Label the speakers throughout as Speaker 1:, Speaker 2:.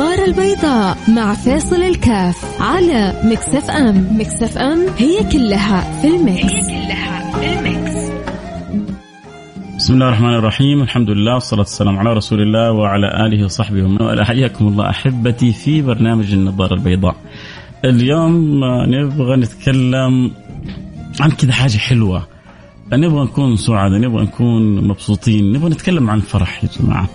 Speaker 1: النظارة البيضاء مع فاصل الكاف على ميكس اف ام. ميكس اف ام هي كلها في الميكس.
Speaker 2: بسم الله الرحمن الرحيم، الحمد لله والصلاة والسلام على رسول الله وعلى آله وصحبه ومن والاه. حياكم الله أحبتي في برنامج النظارة البيضاء. اليوم نبغى نتكلم عن كذا حاجة حلوة، نبغى نكون سعداء، نبغى نكون مبسوطين، نبغى نتكلم عن الفرح يا جماعة،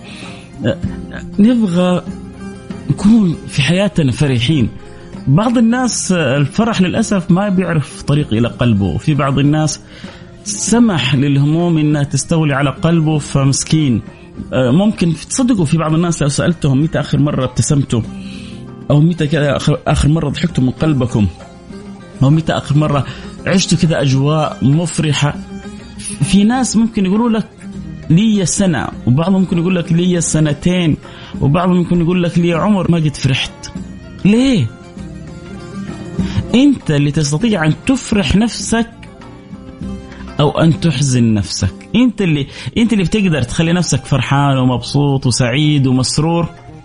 Speaker 2: نبغى نكون في حياتنا فرحين. بعض الناس الفرح للأسف ما بيعرف طريق إلى قلبه، وفي بعض الناس سمح للهموم إنها تستولي على قلبه فمسكين. ممكن تصدقوا في بعض الناس لو سألتهم متى آخر مرة ابتسمتوا، أو متى كذا آخر مرة ضحكتوا من قلبكم، أو متى آخر مرة عشتوا كذا أجواء مفرحة، في ناس ممكن يقولوا لك لي سنة، وبعضهم ممكن يقول لك لي سنتين، وبعضهم ممكن يقول لك لي عمر ما قد فرحت. ليه؟ أنت اللي تستطيع أن تفرح نفسك أو أن تحزن نفسك. أنت اللي بتقدر تخلي نفسك فرحان ومبسوط وسعيد ومسرور،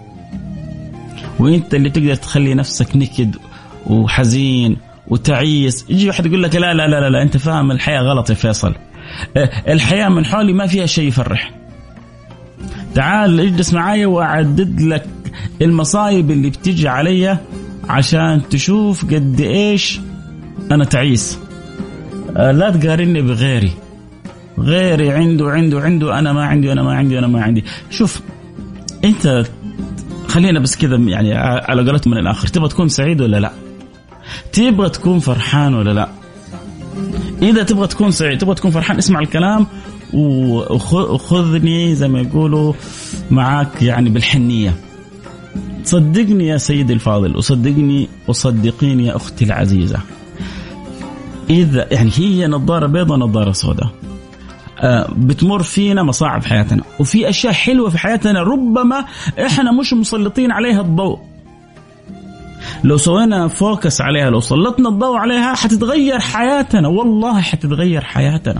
Speaker 2: وأنت اللي بتقدر تخلي نفسك نكد وحزين وتعيس. يجي واحد يقول لك لا لا لا لا أنت فاهم الحياة غلط يا فيصل، الحياة من حولي ما فيها شيء يفرح. تعال اجلس معايا وأعدد لك المصايب اللي بتيجي عليا عشان تشوف قد إيش أنا تعيس. لا تقارني بغيري، غيري عنده أنا ما عندي. شوف أنت خلينا بس كذا يعني على قولتهم من الآخر، تبغى تكون سعيد ولا لا؟ تبغى تكون فرحان ولا لا؟ إذا تبغى تكون سعيد، تبغى تكون فرحان، اسمع الكلام وخذني زي ما يقولوا معاك يعني بالحنية. صدقني يا سيدي الفاضل، وصدقيني يا أختي العزيزة، إذا يعني هي نظارة بيضاء نظارة سوداء، بتمر فينا مصاعب حياتنا، وفي أشياء حلوة في حياتنا ربما إحنا مش مسلطين عليها الضوء. لو سوينا فوكس عليها، لو سلطنا الضوء عليها حتتغير حياتنا، والله حتتغير حياتنا.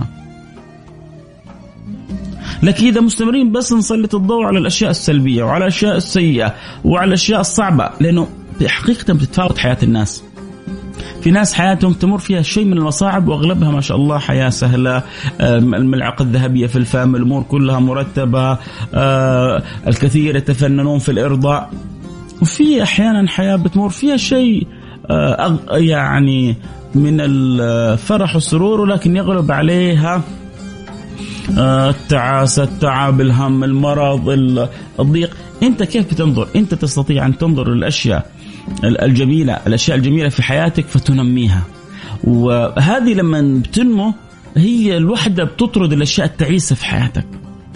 Speaker 2: لكن إذا مستمرين بس نسلط الضوء على الأشياء السلبية وعلى الأشياء السيئة وعلى الأشياء الصعبة، لأنه حقيقة بتتفاوت حياة الناس. في ناس حياتهم تمر فيها شيء من المصاعب وأغلبها ما شاء الله حياة سهلة، الملعقة الذهبية في الفم، الأمور كلها مرتبة، الكثير يتفننون في الإرضاء. وفي أحيانا حياة بتمر فيها شيء يعني من الفرح والسرور، ولكن يغلب عليها التعاسة، التعب، الهم، المرض، الضيق. أنت كيف بتنظر؟ أنت تستطيع أن تنظر للأشياء الجميلة، الأشياء الجميلة في حياتك فتنميها، وهذه لما بتنمو هي الوحدة بتطرد الأشياء التعيسة في حياتك.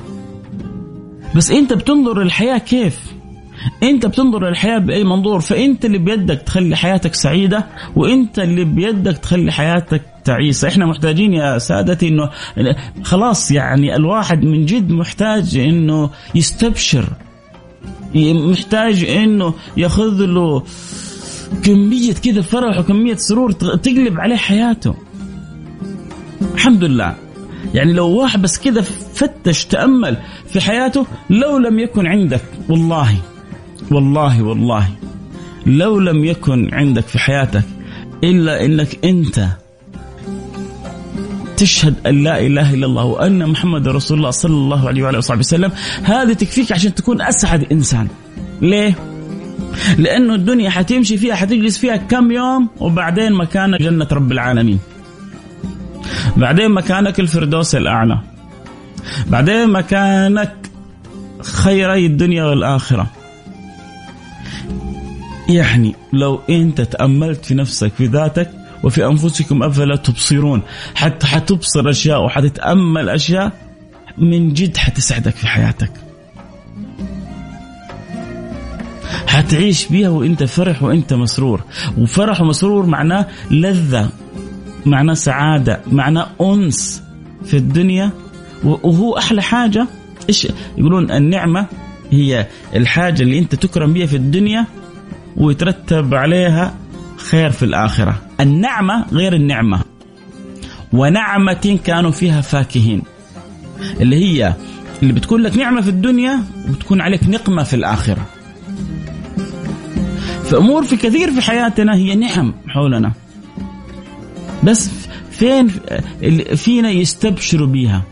Speaker 2: بس أنت بتنظر للحياة كيف؟ أنت بتنظر للحياة بأي منظور؟ فأنت اللي بيدك تخلي حياتك سعيدة، وأنت اللي بيدك تخلي حياتك تعيسة. إحنا محتاجين يا سادتي إنه خلاص يعني الواحد من جد محتاج إنه يستبشر، محتاج إنه يأخذ له كمية كذا فرح وكمية سرور تقلب عليه حياته. الحمد لله، يعني لو واحد بس كذا فتش تأمل في حياته، لو لم يكن عندك والله لو لم يكن عندك في حياتك إلا إنك أنت تشهد أن لا إله إلا الله وأن محمد رسول الله صلى الله عليه وعلى وصحبه وسلم، هذه تكفيك عشان تكون أسعد إنسان. ليه؟ لأنه الدنيا حتمشي فيها، حتجلس فيها كم يوم، وبعدين مكانك جنة رب العالمين، بعدين مكانك الفردوس الأعلى، بعدين مكانك خيري الدنيا والآخرة. يعني لو أنت تأملت في نفسك، في ذاتك، وفي أنفسكم أفلا تبصرون، حتى حتبصر أشياء وحتتأمل أشياء من جد حتسعدك في حياتك، حتعيش بيها وإنت فرح وإنت مسرور. وفرح ومسرور معناه لذة، معناه سعادة، معناه أنس في الدنيا. وهو أحلى حاجة. إيش يقولون؟ النعمة هي الحاجة اللي أنت تكرم بيها في الدنيا ويترتب عليها خير في الآخرة. النعمة غير النعمة. ونعمة كانوا فيها فاكهين، اللي هي اللي بتكون لك نعمة في الدنيا وبتكون عليك نقمة في الآخرة. فأمور في كثير في حياتنا هي نعم حولنا، بس فين فينا يستبشروا بيها؟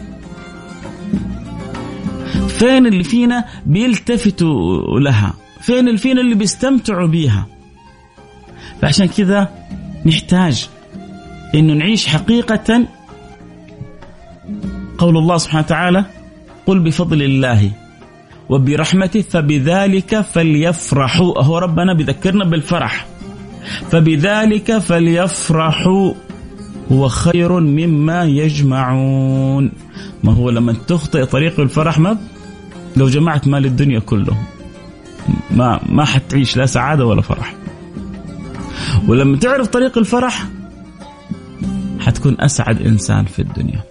Speaker 2: فين اللي فينا بيلتفتوا لها؟ فين اللي فينا اللي بيستمتعوا بيها؟ فعشان كذا نحتاج إنه نعيش حقيقة قول الله سبحانه وتعالى: قل بفضل الله وبرحمته فبذلك فليفرحوا. هو ربنا بيذكرنا بالفرح، فبذلك فليفرحوا هو خير مما يجمعون. ما هو لما تخطئ طريق الفرح، ما لو جمعت مال الدنيا كله ما حتعيش لا سعادة ولا فرح. ولما تعرف طريق الفرح حتكون أسعد إنسان في الدنيا.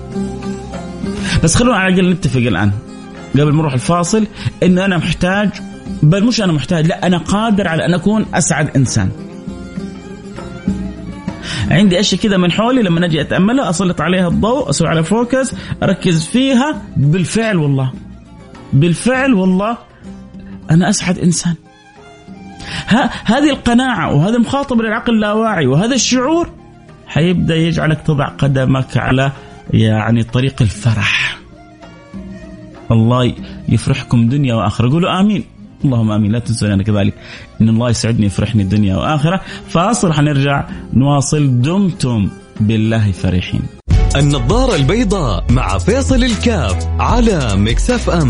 Speaker 2: بس خلونا على الأقل نتفق الآن قبل ما نروح الفاصل إن أنا محتاج، بل مش أنا محتاج، لا أنا قادر على أن أكون أسعد إنسان. عندي أشياء كذا من حولي لما نجي أتأملها أسلط عليها الضوء، أسوي على فوكس، أركز فيها، بالفعل والله أنا أسعد إنسان. هذه القناعة وهذا مخاطبة للعقل اللاواعي وهذا الشعور حيبدأ يجعلك تضع قدمك على يعني طريق الفرح. الله يفرحكم دنيا وآخرة. قولوا آمين، اللهم آمين. لا تنسوا أنا كذلك إن الله يسعدني يفرحني الدنيا وآخرة. فاصل حنرجع نواصل. دمتم بالله فرحين.
Speaker 3: النظارة البيضاء مع فيصل الكاف على ميكس اف ام.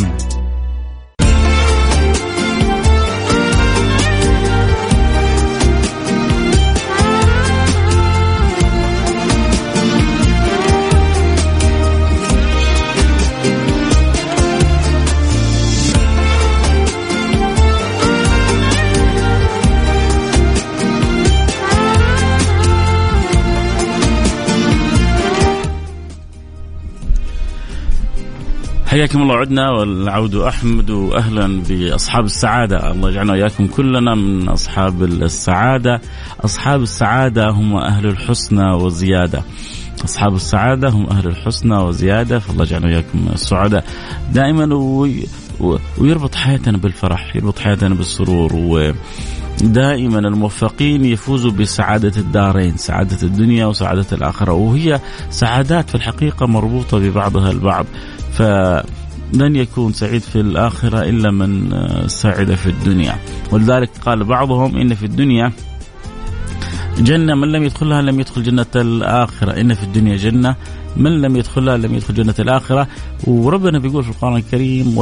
Speaker 2: حياكم الله. عدنا والعود أحمد، وأهلا بأصحاب السعادة. الله يجعلنا وإياكم كلنا من أصحاب السعادة. أصحاب السعادة هم أهل الحسنى وزيادة. أصحاب السعادة هم أهل الحسنى وزيادة. فالله يجعلنا وإياكم السعادة دائما، ويربط حياتنا بالفرح، يربط حياتنا بالسرور. ودائما الموفقين يفوزوا بسعادة الدارين، سعادة الدنيا وسعادة الآخرة، وهي سعادات في الحقيقة مربوطة ببعضها البعض. فلن يكون سعيد في الآخرة إلا من سعد في الدنيا. ولذلك قال بعضهم إن في الدنيا جنة من لم يدخلها لم يدخل جنة الآخرة. إن في الدنيا جنة من لم يدخلها لم يدخل جنة الآخرة. وربنا بيقول في القرآن الكريم: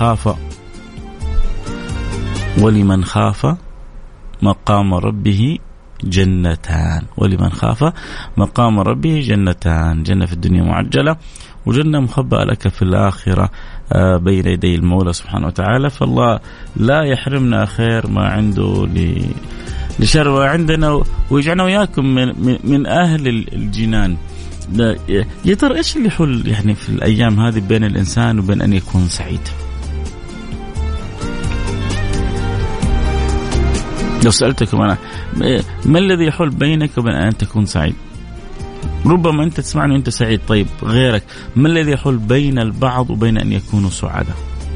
Speaker 2: ولمن خاف مقام ربه جنتان. ولمن خاف مقام ربه جنتان، جنة في الدنيا معجلة، وجنة مخبأة لك في الآخرة بين يدي المولى سبحانه وتعالى. فالله لا يحرمنا خير ما عنده لشر عندنا، ويجعلنا وياكم من أهل الجنان. يا ترى إيش اللي يحول يعني في الأيام هذه بين الإنسان وبين أن يكون سعيد؟ لو سألتكم أنا ما الذي يحول بينك وبين أن تكون سعيد؟ ربما أنت تسمعني وأنت سعيد، طيب غيرك ما الذي يحول بين البعض وبين أن يكونوا سعداء؟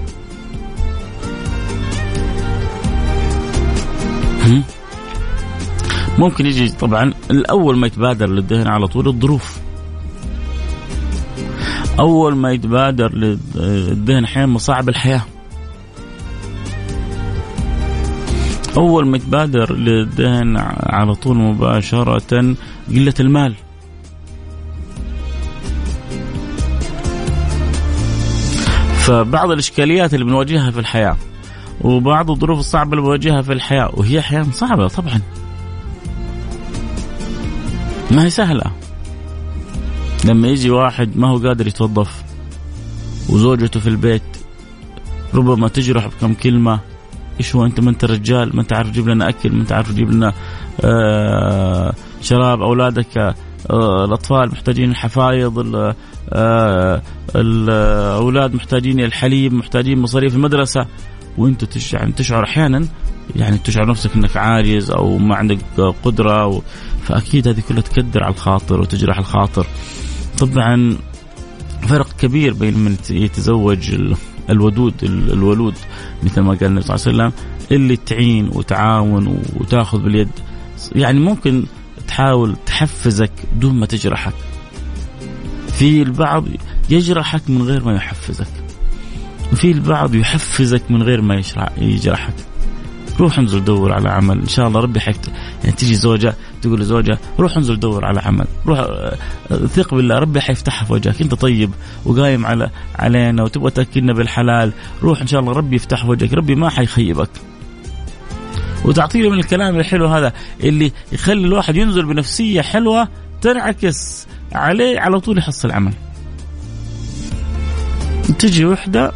Speaker 2: ممكن يجي طبعا الأول ما يتبادر للذهن على طول الظروف. أول ما يتبادر للذهن أحيانا مصاعب الحياة. أول ما يتبادر للذهن على طول مباشرة قلة المال. فبعض الإشكاليات اللي بنواجهها في الحياة وبعض الظروف الصعبة اللي بنواجهها في الحياة، وهي أحيانا صعبة طبعا، ما هي سهلة. لما يجي واحد ما هو قادر يتوظف وزوجته في البيت ربما تجرح بكم كلمة: إيش هو أنت ما أنت رجال، ما أنت عارف تجيب لنا أكل، ما أنت عارف تجيب لنا شراب، أولادك الأطفال محتاجين الحفايض، الأولاد محتاجين الحليب، محتاجين مصاريف المدرسة، وأنت تشعر أحيانا يعني تشعر نفسك أنك عاجز أو ما عندك قدرة فأكيد هذه كلها تكدر على الخاطر وتجرح الخاطر. طبعا فرق كبير بين من يتزوج الودود الولود مثل ما قال النبي صلى الله عليه وسلم، اللي تعين وتعاون وتاخذ باليد. يعني ممكن تحاول تحفزك دون ما تجرحك. في البعض يجرحك من غير ما يحفزك، وفي البعض يحفزك من غير ما يجرحك. روح انزل دور على عمل ان شاء الله ربي يعني تيجي زوجة تقول لزوجة روح انزل دور على عمل، روح ثق بالله ربي حيفتحها في وجهك، انت طيب وقايم علينا وتبغى تاكلنا بالحلال، روح ان شاء الله ربي يفتح وجهك، ربي ما حيخيبك. وتعطيه من الكلام الحلو هذا اللي يخلي الواحد ينزل بنفسية حلوة تنعكس عليه على طول يحصل عمل. تجي وحدة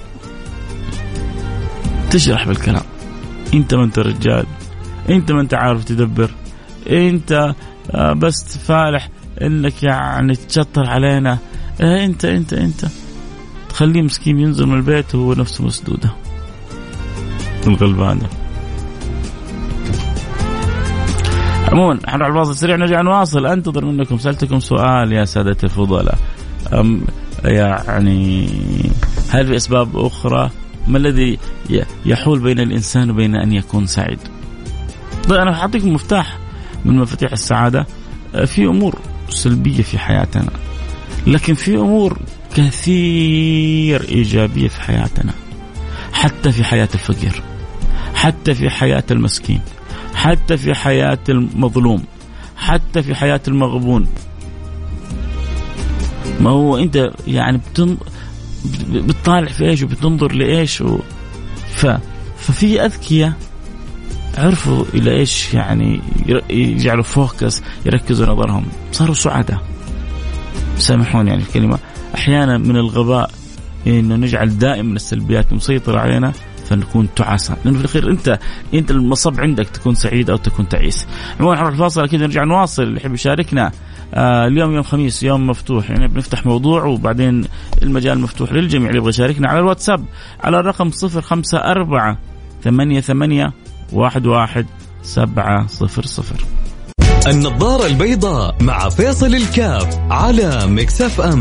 Speaker 2: تشرح بالكلام، انت ما انت رجال، انت ما انت عارف تدبر، انت بس فالح انك يعني تشطر علينا، انت تخليه مسكين ينزل من البيت وهو نفسه مسدودة الغلبانة. عموما حنروح على الفاصل سريع نرجع نواصل. انتظر منكم، سألتكم سؤال يا سادة الفضلاء، يعني هل في أسباب أخرى؟ ما الذي يحول بين الإنسان وبين أن يكون سعيد؟ طيب أنا أعطيكم مفتاح من مفاتيح السعادة. في أمور سلبية في حياتنا، لكن في أمور كثير إيجابية في حياتنا، حتى في حياة الفقير، حتى في حياة المسكين، حتى في حياة المظلوم، حتى في حياة المغبون. ما هو أنت يعني بتطالع في إيش وبتنظر لإيش ففي أذكياء عرفوا إلى إيش يعني يجعلوا فوكس، يركزوا نظرهم، صاروا سعداء. سامحوني يعني الكلمة، أحيانا من الغباء إنه نجعل دائما السلبيات مسيطرة علينا فنكون تعاسة، لأنه في الأخير أنت المصب عندك تكون سعيد أو تكون تعيس. عموما نروح الفاصل أكيد نرجع نواصل. اللي يحب يشاركنا اليوم يوم خميس، يوم مفتوح، يعني بنفتح موضوع وبعدين المجال مفتوح للجميع اللي يبغى يشاركنا على الواتساب على الرقم 0548811700.
Speaker 3: النظارة البيضاء مع فيصل الكاف على ميكس اف ام.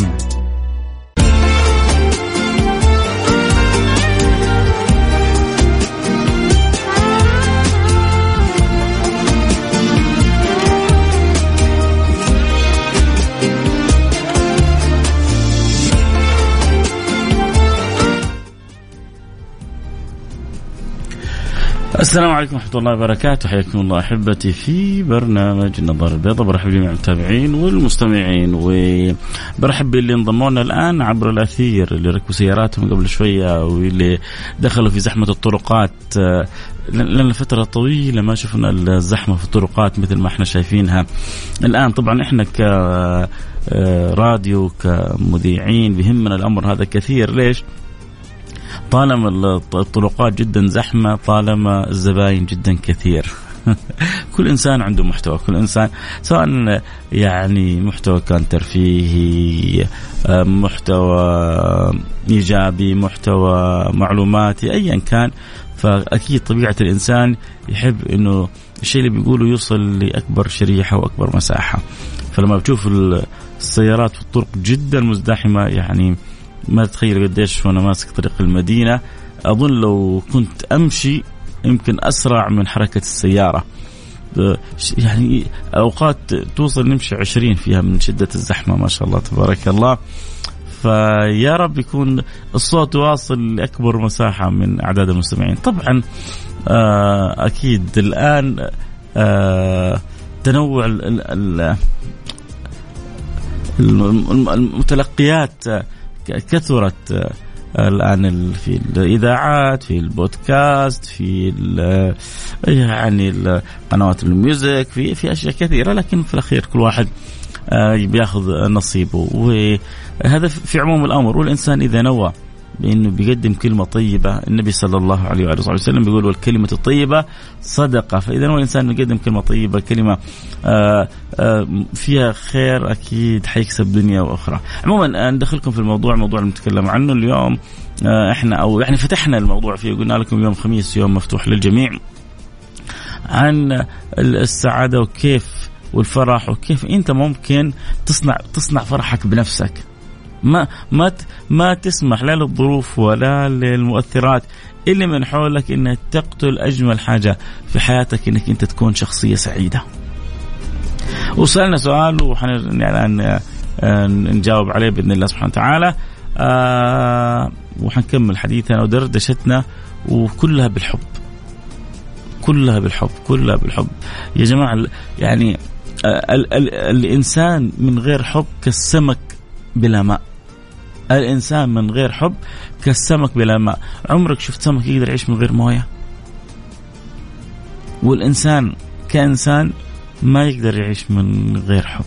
Speaker 2: السلام عليكم ورحمة الله وبركاته، حياكم الله أحبتي في برنامج النظارة البيضاء. برحب بجميع المتابعين والمستمعين، وبرحب باللي انضمونا الآن عبر الأثير، اللي ركبوا سياراتهم قبل شوية واللي دخلوا في زحمة الطرقات، لأن فترة طويلة ما شفنا الزحمة في الطرقات مثل ما احنا شايفينها الآن. طبعا احنا كراديو كمذيعين بيهمنا الأمر هذا كثير. ليش؟ طالما الطرقات جدا زحمة، طالما الزباين جدا كثير. كل إنسان عنده محتوى، كل إنسان سواء يعني محتوى كان ترفيهي، محتوى إيجابي، محتوى معلوماتي، أيا كان، فأكيد طبيعة الإنسان يحب إنه الشيء اللي بيقوله يوصل لأكبر شريحة وأكبر مساحة. فلما بتشوف السيارات في الطرق جدا مزدحمة، يعني ما تتخيل قديش وأنا ماسك طريق المدينة أظن لو كنت أمشي يمكن أسرع من حركة السيارة، يعني أوقات توصل نمشي 20 فيها من شدة الزحمة، ما شاء الله تبارك الله. فيا رب يكون الصوت واصل لأكبر مساحة من أعداد المستمعين. طبعا أكيد الآن تنوع المتلقيات كثرت الآن في الإذاعات، في البودكاست، في يعني قنوات الميوزك، في أشياء كثيرة، لكن في الأخير كل واحد بياخذ نصيبه، وهذا في عموم الأمر. والإنسان إذا نوى بأنه بيقدم كلمة طيبة، النبي صلى الله عليه وآله وسلم بيقول والكلمة الطيبة صدقة، فإذا نوى الإنسان يقدم كلمة طيبة، كلمة فيها خير، أكيد حيكسب دنيا وأخرى. عموما ندخلكم في الموضوع اللي نتكلم عنه اليوم. إحنا أو يعني فتحنا الموضوع فيه، قلنا لكم يوم خميس يوم مفتوح للجميع، عن السعادة وكيف والفرح، وكيف أنت ممكن تصنع فرحك بنفسك. ما تسمح لا للظروف ولا للمؤثرات اللي من حولك إنها تقتل أجمل حاجة في حياتك، إنك أنت تكون شخصية سعيدة. وسألنا سؤال وحنرجع نجاوب عليه بإذن الله سبحانه وتعالى، وحنكمل حديثنا ودردشتنا وكلها بالحب، كلها بالحب، كلها بالحب يا جماعة. يعني الإنسان من غير حب كالسمك بلا ماء، الإنسان من غير حب كالسمك بلا ماء. عمرك شفت سمك يقدر يعيش من غير موية؟ والإنسان كإنسان ما يقدر يعيش من غير حب.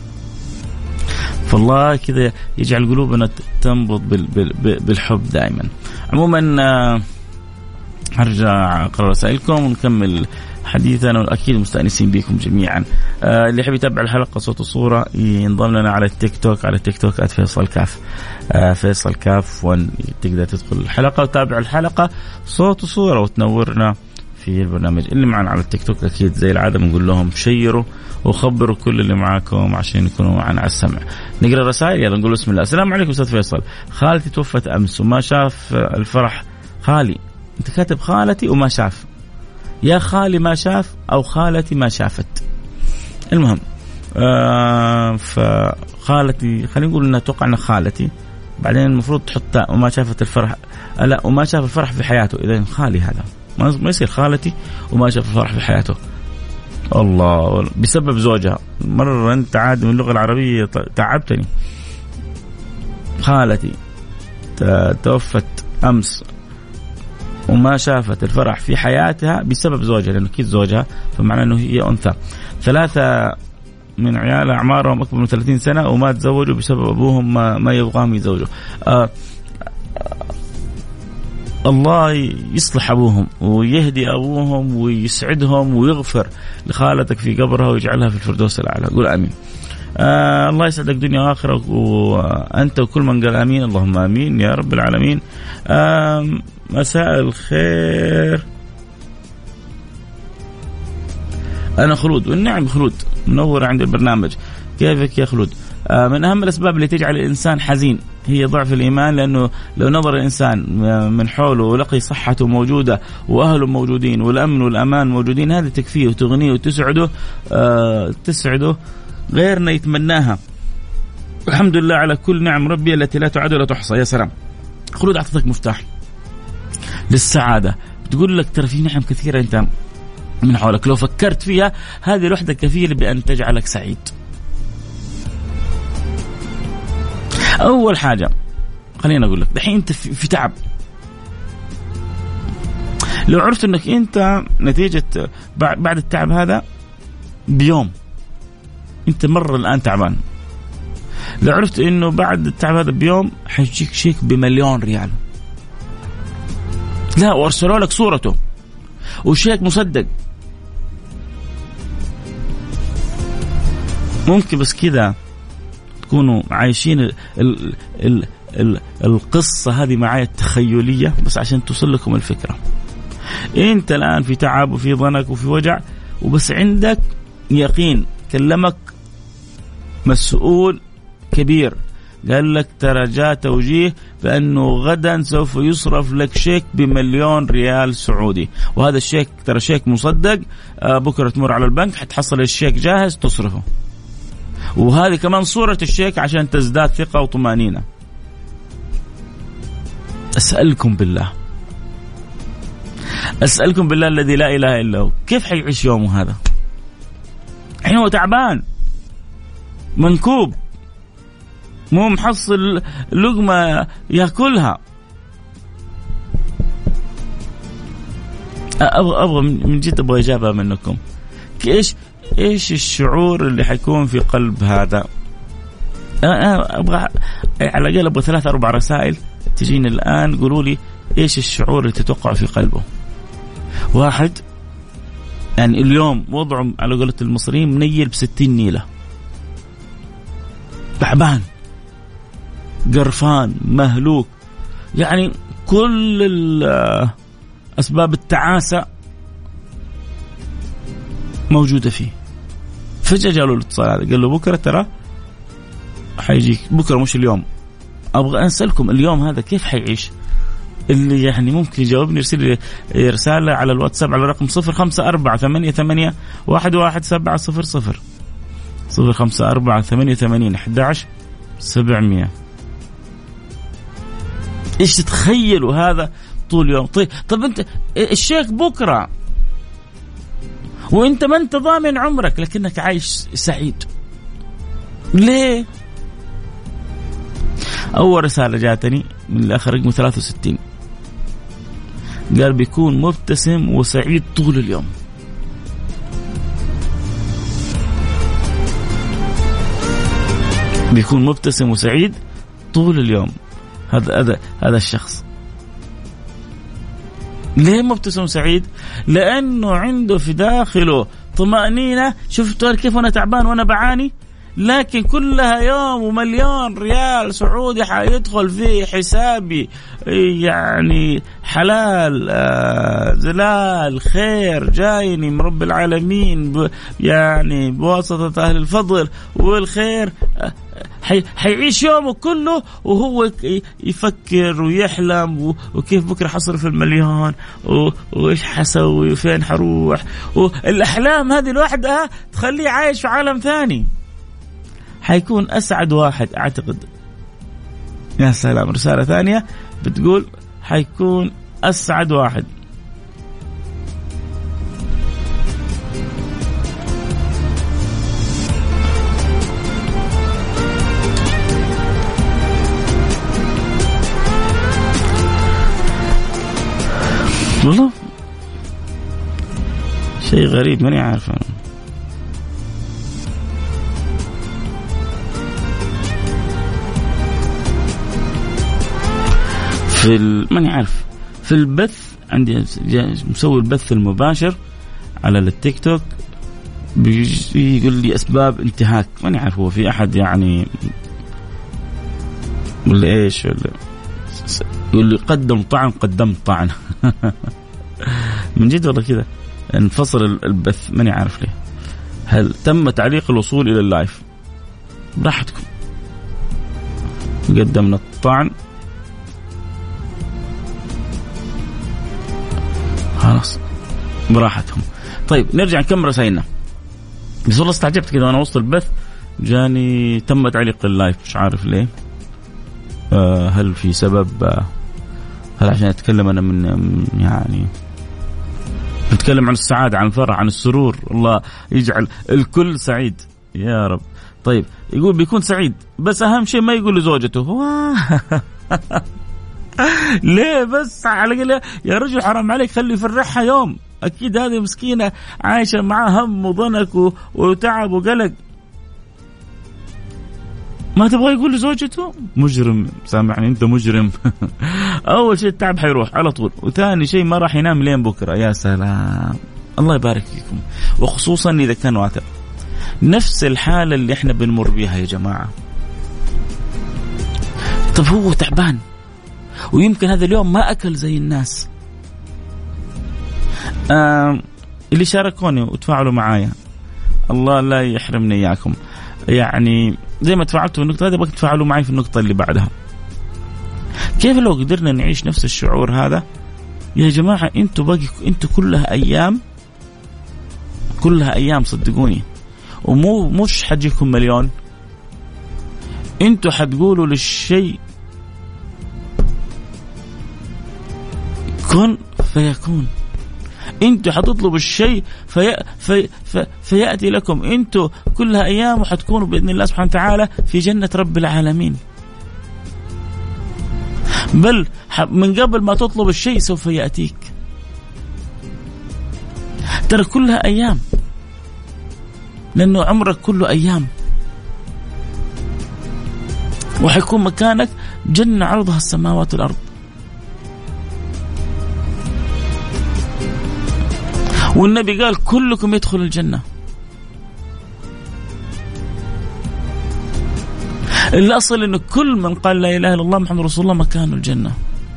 Speaker 2: فالله كذا يجعل قلوبنا تنبض بالحب دائما. عموما هرجع أقرأ رسائلكم ونكمل حديثنا، وأكيد مستأنسين بكم جميعا. اللي يحب يتابع الحلقة صوت وصورة ينضم لنا على التيك توك، على التيك توك @فيصل كاف، فيصل كاف، تقدر تدخل الحلقة وتابع الحلقة صوت وصورة وتنورنا في البرنامج. اللي معنا على التيك توك أكيد زي العادة بنقول لهم شيروا وخبروا كل اللي معاكم عشان يكونوا معنا على السمع. نقرأ الرسائل، يلا نقول بسم الله. السلام عليكم أستاذ فيصل، خالتي توفت أمس وما شاف الفرح. خالي، أنت كاتب خالتي وما شاف، يا خالي ما شاف أو خالتي ما شافت. المهم فخالتي خلينا نقول إنها توقع أن خالتي، بعدين المفروض تحط وما شافت الفرح، لا وما شاف الفرح في حياته، إذا خالي هذا ما يصير خالتي وما شاف الفرح في حياته. الله، بسبب زوجها. مرة أنت عاد من اللغة العربية تعبتني. خالتي توفت أمس وما شافت الفرح في حياتها بسبب زوجها، لأنه أكيد زوجها، فمعنى أنه هي أنثى. 3 من عيالها أعمارهم أكبر من 30 سنة وما تزوجوا بسبب أبوهم ما يبغاهم يتزوجوا. الله يصلح أبوهم ويهدي أبوهم ويسعدهم ويغفر لخالتك في قبرها ويجعلها في الفردوس الأعلى. قول آمين. الله يسعدك دنيا وآخرة، وأنت وكل من قال آمين، اللهم آمين يا رب العالمين. مساء الخير، أنا خلود. والنعم خلود، منور عند البرنامج. كيفك يا خلود؟ من أهم الأسباب اللي تجعل الإنسان حزين هي ضعف الإيمان، لأنه لو نظر الإنسان من حوله ولقي صحته موجودة وأهله موجودين والأمن والأمان موجودين، هذه تكفيه وتغنيه وتسعده، تسعده غيرنا يتمناها. الحمد لله على كل نعم ربي التي لا تعد ولا تحصى. يا سلام، خلود أعطتك مفتاح للسعادة، بتقول لك ترى في نعم كثيرة أنت من حولك لو فكرت فيها هذه الوحدة كفيلة بأن تجعلك سعيد. أول حاجة خلينا أقول لك، دحين أنت في تعب، لو عرفت أنك أنت نتيجة بعد التعب هذا بيوم أنت مرة الآن تعبان، لو عرفت أنه بعد التعب هذا بيوم حيجيك شيك ب1,000,000 ريال، لا وأرسلوا لك صورته وشيك مصدق، ممكن بس كذا تكونوا عايشين القصة هذه معايا التخيلية بس عشان توصل لكم الفكرة. انت الآن في تعب وفي ضنك وفي وجع، وبس عندك يقين، كلمك مسؤول كبير قال لك ترى جاء توجيه بأنه غدا سوف يصرف لك شيك ب1,000,000 ريال سعودي، وهذا الشيك ترى شيك مصدق، بكرة تمر على البنك حتحصل الشيك جاهز تصرفه، وهذه كمان صورة الشيك عشان تزداد ثقة وطمأنينة. أسألكم بالله الذي لا إله إلا هو، كيف حيعيش يومه هذا؟ حين هو تعبان منكوب مو محصل لقمة يأكلها. أبغى من جد أبغى إجابة منكم، إيش الشعور اللي حيكون في قلب هذا؟ أنا أبغى على الأقل أبغى 3-4 رسائل تجيني الآن قولوا لي إيش الشعور اللي تتوقع في قلبه. واحد يعني اليوم وضعه على قولة المصريين منيل ب60 نيلة، تعبان قرفان مهلوك، يعني كل أسباب التعاسة موجودة فيه. فجأة جاله الاتصال هذا قال له بكرة ترى حيجيك، بكرة مش اليوم، أبغى أسألكم اليوم هذا كيف حيعيش؟ اللي يعني ممكن يجاوبني يرسل لي رسالة على الواتساب على رقم 0548811700 0548811700. إيش تتخيلوا هذا طول يوم؟ طب أنت الشيخ بكرة وأنت ما أنت ضامن عمرك لكنك عايش سعيد. ليه؟ أول رسالة جاتني من الآخر رقم 63 قال بيكون مبتسم وسعيد طول اليوم. بيكون مبتسم وسعيد طول اليوم. هذا الشخص ليه مبتسم وسعيد؟ لأنه عنده في داخله طمأنينة. شفتوا كيف أنا تعبان وأنا بعاني، لكن كلها يوم ومليون ريال سعودي حيدخل في حسابي، يعني حلال زلال خير جايني من رب العالمين، يعني بواسطة أهل الفضل والخير. حيعيش يومه كله وهو يفكر ويحلم وكيف بكرة حصرف المليون وإيش حسوي وفين حروح. والأحلام هذه الواحدة تخليه عايش في عالم ثاني. حيكون أسعد واحد أعتقد. يا سلام، رسالة ثانية بتقول حيكون أسعد واحد. والله شيء غريب ماني عارف أنا. ماني عارف في البث عندي مسوي البث المباشر على التيك توك بيقول لي أسباب انتهاك. ماني عارف هو في أحد يعني ولا إيش، ولا يقول لي قدم طعن قدمت طعن. من جد والله كذا انفصل البث. ماني عارف ليه. هل تم تعليق الوصول إلى اللايف؟ براحتكم، قدمنا الطعن خلاص براحتهم. طيب نرجع نكمل رسائلنا. بس والله استعجبت كذا وانا وسط البث جاني تم تعليق اللايف، مش عارف ليه. هل في سبب؟ هل عشان اتكلم انا من يعني نتكلم عن السعادة، عن الفرح، عن السرور؟ الله يجعل الكل سعيد يا رب. طيب يقول بيكون سعيد بس اهم شيء ما يقول لزوجته. ليه بس على قله يا رجل؟ حرام عليك، خلي يفرحها يوم. أكيد هذه مسكينة عايشة معاه هم وضنك وتعب وقلق. ما تبغى يقول لزوجته؟ مجرم، سامعني أنت مجرم. أول شيء التعب حيروح على طول، وثاني شيء ما راح ينام لين بكرة. يا سلام، الله يبارك فيكم. وخصوصا إذا كان واثق. نفس الحالة اللي احنا بنمر بيها يا جماعة. طب هو تعبان ويمكن هذا اليوم ما أكل زي الناس. اللي شاركوني وتفاعلوا معايا الله لا يحرمني إياكم. يعني زي ما تفاعلتوا في النقطة هذه بقى تفاعلوا معي في النقطة اللي بعدها. كيف لو قدرنا نعيش نفس الشعور هذا يا جماعة؟ انتوا كلها أيام صدقوني. مش حجيكم مليون. انتوا حتقولوا للشيء كن فيكون. انتوا حتطلبوا الشيء فيأتي لكم. انتوا كلها أيام وحتكونوا بإذن الله سبحانه وتعالى في جنة رب العالمين. بل من قبل ما تطلب الشيء سوف يأتيك. ترى كلها أيام، لأنه عمرك كله أيام، وحيكون مكانك جنة عرضها السماوات والأرض. والنبي قال كلكم يدخل الجنة. الأصل إنه كل من قال لا إله إلا الله محمد رسول الله مكانه الجنة.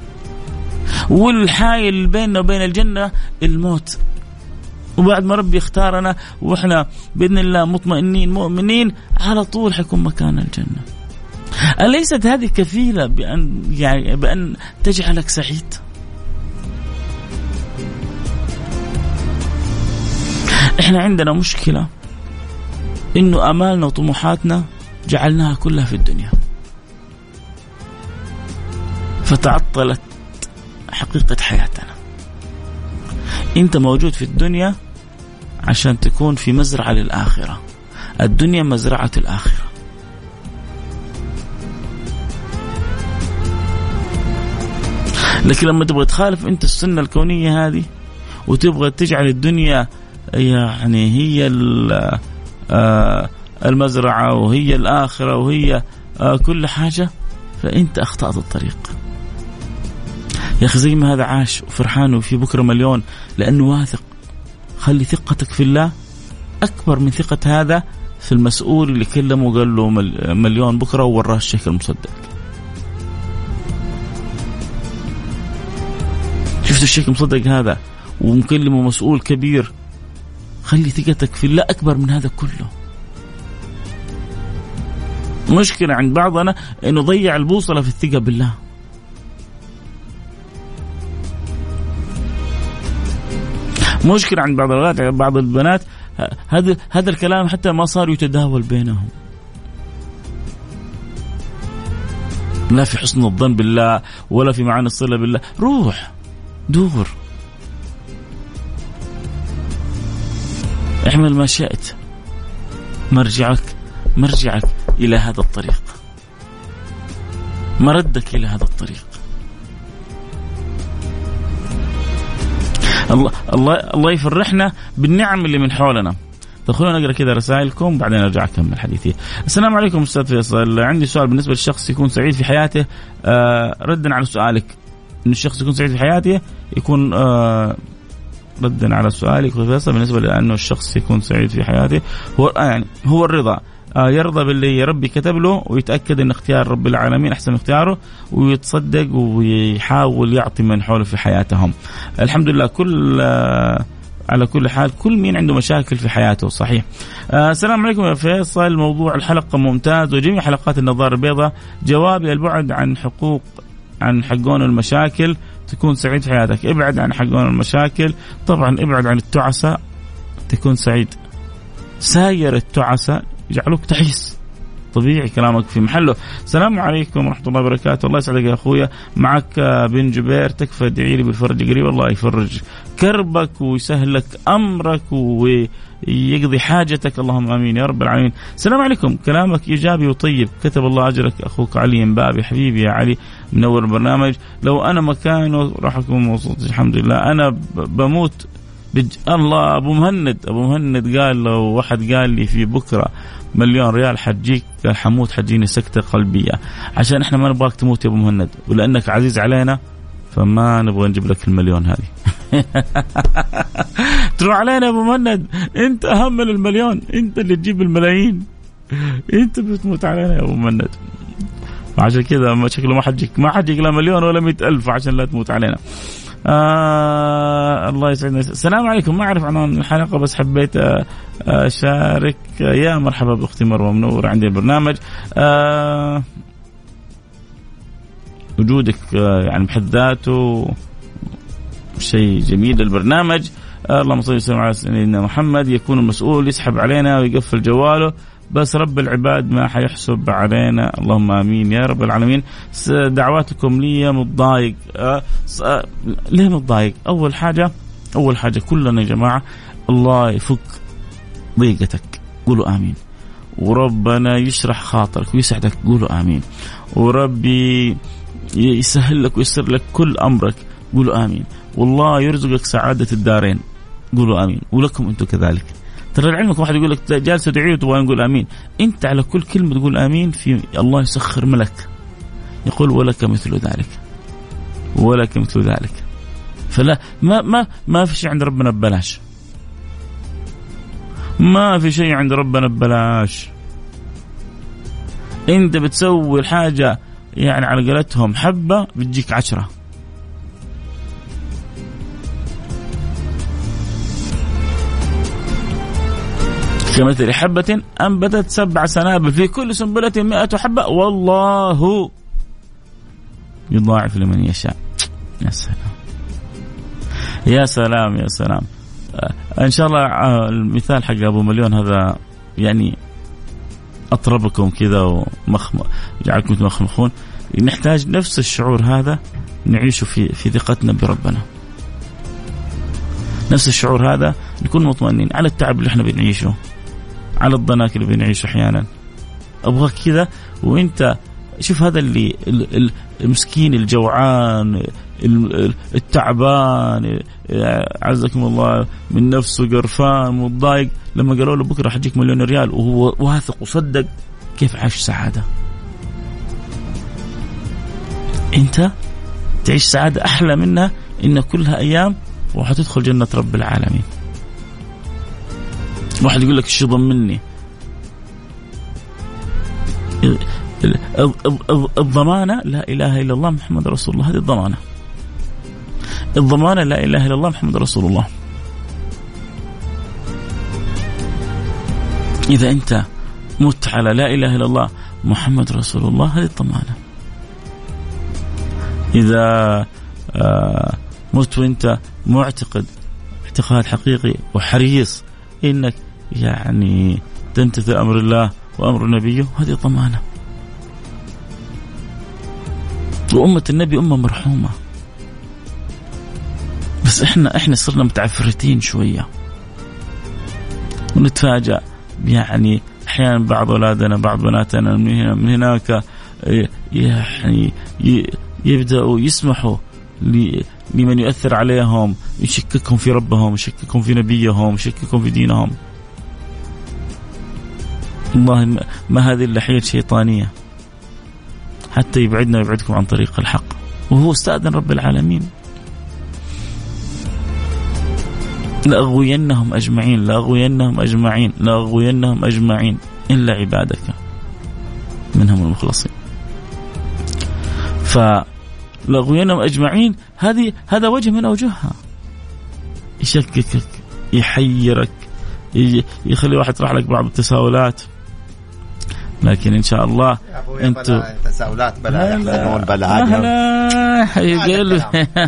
Speaker 2: والحائل بيننا وبين الجنة الموت. وبعد ما ربي اختارنا وإحنا بإذن الله مطمئنين مؤمنين على طول حيكون مكان الجنة. أليست هذه كفيلة بأن تجعلك سعيد؟ إحنا عندنا مشكلة إنه أمالنا وطموحاتنا جعلناها كلها في الدنيا، فتعطلت حقيقة حياتنا. أنت موجود في الدنيا عشان تكون في مزرعة للآخرة، الدنيا مزرعة الآخرة. لكن لما تبغى تخالف أنت السنة الكونية هذه وتبغى تجعل الدنيا يعني هي المزرعة وهي الآخرة وهي كل حاجة، فأنت أخطأت الطريق يا أخي. زي ما هذا عاش وفرحان وفي بكرة مليون لأنه واثق. خلي ثقتك في الله أكبر من ثقة هذا في المسؤول اللي كلمه وقال له مليون بكرة ووراه الشيك المصدق. شفت الشيك المصدق هذا ومكلمه مسؤول كبير. خلي ثقتك في الله أكبر من هذا كله. مشكلة عند بعضنا إنه ضيع البوصلة في الثقة بالله. مشكلة عند بعض الأولاد بعض البنات هذا الكلام حتى ما صار يتداول بينهم. لا في حسن الظن بالله ولا في معاني الصلة بالله. روح دور اعمل ما شئت، مرجعك إلى هذا الطريق، مردك إلى هذا الطريق. الله يفرحنا بالنعم اللي من حولنا. خلونا نقرأ كذا رسائلكم بعدين نرجع أكمل حديثي. السلام عليكم أستاذ فيصل، عندي سؤال بالنسبة للشخص يكون سعيد في حياته. ردا على سؤالك إن الشخص يكون سعيد في حياته يكون ردا على سؤالك فيصل بالنسبة لأنه الشخص يكون سعيد في حياته هو الرضا، يرضى باللي ربي كتب له ويتأكد أن اختيار رب العالمين أحسن اختياره ويتصدق ويحاول يعطي من حوله في حياتهم. الحمد لله على كل حال كل مين عنده مشاكل في حياته. صحيح. السلام عليكم يا فيصل، موضوع الحلقة ممتاز وجميع حلقات النظارة البيضاء. جوابي البعد عن حقون المشاكل تكون سعيد في حياتك. ابعد عن حقون المشاكل، طبعا ابعد عن التعسة تكون سعيد. ساير التعسة يجعلوك تعيس. طبيعي كلامك في محله. السلام عليكم ورحمة الله وبركاته. الله يسعدك يا أخويا، معك بن جبير. تكفى ادعي لي بالفرج قريب، الله يفرج كربك ويسهلك أمرك ويقضي حاجتك، اللهم آمين يا رب العالمين. السلام عليكم، كلامك إيجابي وطيب، كتب الله أجرك. أخوك علي مبابي، حبيبي يا علي، منور البرنامج. لو أنا مكانه راح أكون مبسوط. الحمد لله أنا بموت الله. أبو مهند قال لو واحد قال لي في بكرة مليون ريال حجيك، قال حموت حجيني سكتة قلبية، عشان احنا ما نبغاك تموت يا أبو مهند، ولأنك عزيز علينا فما نبغى نجيب لك المليون هذه. تروح علينا يا أبو مهند، انت أهم من المليون، انت اللي تجيب الملايين، انت بتموت علينا يا أبو مهند. عشان كذا شكله ما حجيك لا مليون ولا 100,000 عشان لا تموت علينا. الله يسعدنا. السلام عليكم، ما أعرف عنوان الحلقة بس حبيت أشارك. يا مرحبا بأختي مروة، منور عندي البرنامج. وجودك يعني بحد ذاته شيء جميل للبرنامج. اللهم صل وسلم على سيدنا محمد. يكون المسؤول يسحب علينا ويقفل جواله، بس رب العباد ما حيحسب علينا، اللهم آمين يا رب العالمين. دعواتكم لي متضايق. ليه متضايق؟ أول حاجة كلنا يا جماعة الله يفك ضيقتك، قولوا آمين. وربنا يشرح خاطرك ويسعدك، قولوا آمين. وربي يسهل لك ويسر لك كل أمرك، قولوا آمين. والله يرزقك سعادة الدارين، قولوا آمين. ولكم أنتم كذلك. ترى لعلمك واحد يقول لك جالس تدعي وتبغى نقول آمين، أنت على كل كلمة تقول آمين في الله يسخر ملك يقول ولك مثل ذلك، ولك مثل ذلك. فلا ما في شيء عند ربنا ببلاش، ما في شيء عند ربنا ببلاش. أنت بتسوي الحاجة يعني على قولتهم حبة بتجيك 10. كمثل حبة أنبتت 7 سنابل في كل سنبلة 100 حبة والله يضاعف لمن يشاء. يا سلام يا سلام يا سلام. إن شاء الله المثال حق أبو مليون هذا يعني أطربكم كذا وجعلكم تمخمخون. نحتاج نفس الشعور هذا نعيشه في ثقتنا بربنا، نفس الشعور هذا نكون مطمئنين على التعب اللي احنا بنعيشه، على الضناك اللي بنعيشه أحيانا. أبغى كذا وإنت شوف هذا اللي المسكين الجوعان التعبان عزكم الله من نفسه قرفان متضايق، لما قالوا له بكرة حجيك 1,000,000 ريال وهو واثق وصدق، كيف عاش سعادة؟ انت تعيش سعادة أحلى منها إن كلها أيام وحتدخل جنة رب العالمين. واحد يقول لك ايش ضمني؟ الضمانة لا إله إلا الله محمد رسول الله، هذه الضمانة. الضمانة لا إله إلا الله محمد رسول الله. إذا أنت مت على لا إله إلا الله محمد رسول الله، هذه الضمانة. إذا مت وأنت معتقد اعتقاد حقيقي وحريص إنك يعني تمتثل أمر الله وأمر نبيه، هذه ضمانة. وأمة النبي أمة مرحومة، بس إحنا صرنا متعفرتين شوية ونتفاجأ يعني أحيانا بعض أولادنا بعض بناتنا من هناك يعني يبدأوا يسمحوا لمن يؤثر عليهم يشككهم في ربهم، يشككهم في نبيهم، يشككهم في دينهم. والله ما هذه اللحية الشيطانية حتى يبعدنا ويبعدكم عن طريق الحق، وهو استأذن رب العالمين لأغوينهم أجمعين لأغوينهم أجمعين لأغوينهم أجمعين إلا عبادك منهم المخلصين. فلأغوينهم أجمعين هذا وجه من أوجهها، يشككك يحيرك يخلي واحد يطرح لك بعض التساؤلات، لكن إن شاء الله أنتم
Speaker 4: تساؤلات بلا يحزنون بلا
Speaker 2: عادي.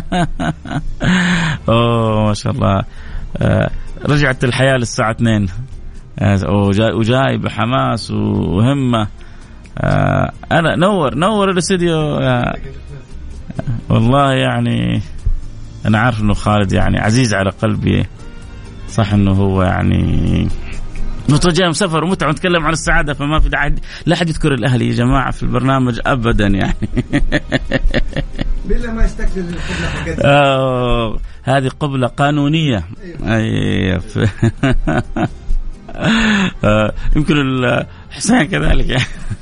Speaker 2: أوه ما شاء الله، رجعت الحياة للساعة 2 وجاي بحماس وهمة. أنا نور الاستديو والله. يعني أنا عارف إنه خالد يعني عزيز على قلبي، صح إنه هو يعني متوجه مسافر ومتعب نتكلم عن السعادة، فما في داعي لا أحد يذكر الأهل يا جماعة في البرنامج أبدا يعني.
Speaker 4: بالله ما يستكفي القبلة
Speaker 2: هذه قبلة قانونية. أيوة. يمكن الحسين كذلك.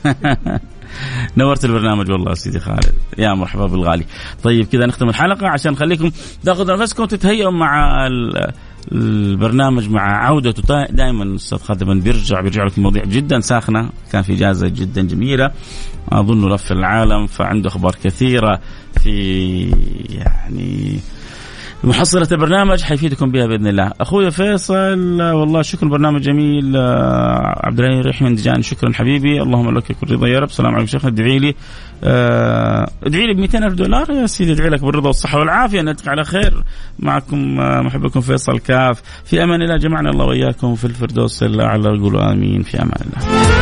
Speaker 2: نورت البرنامج والله سيدي خالد، يا مرحبا بالغالي. طيب كذا نختم الحلقة عشان خليكم تاخذوا نفسكم تتهيئوا مع البرنامج مع عودته. دائما أستاذ خالد بيرجع لكم مواضيع جدا ساخنة، كان في إجازة جدا جميلة أظن لف العالم، فعنده أخبار كثيرة في يعني محصلة البرنامج حيفيدكم بها بإذن الله. أخوي فيصل والله شكرا، برنامج جميل. عبد الرحيم رحمن دجاني شكرا حبيبي، اللهم لك كل رضا يا رب. السلام عليكم شيخنا، ادعي لي ادعي لي $200,000 يا سيدي، ادعي لك بالرضا والصحة والعافية، نلتقي على خير. معكم محبكم فيصل كاف، في أمان الله، جمعنا الله وإياكم في الفردوس الأعلى، قولوا آمين، في أمان الله.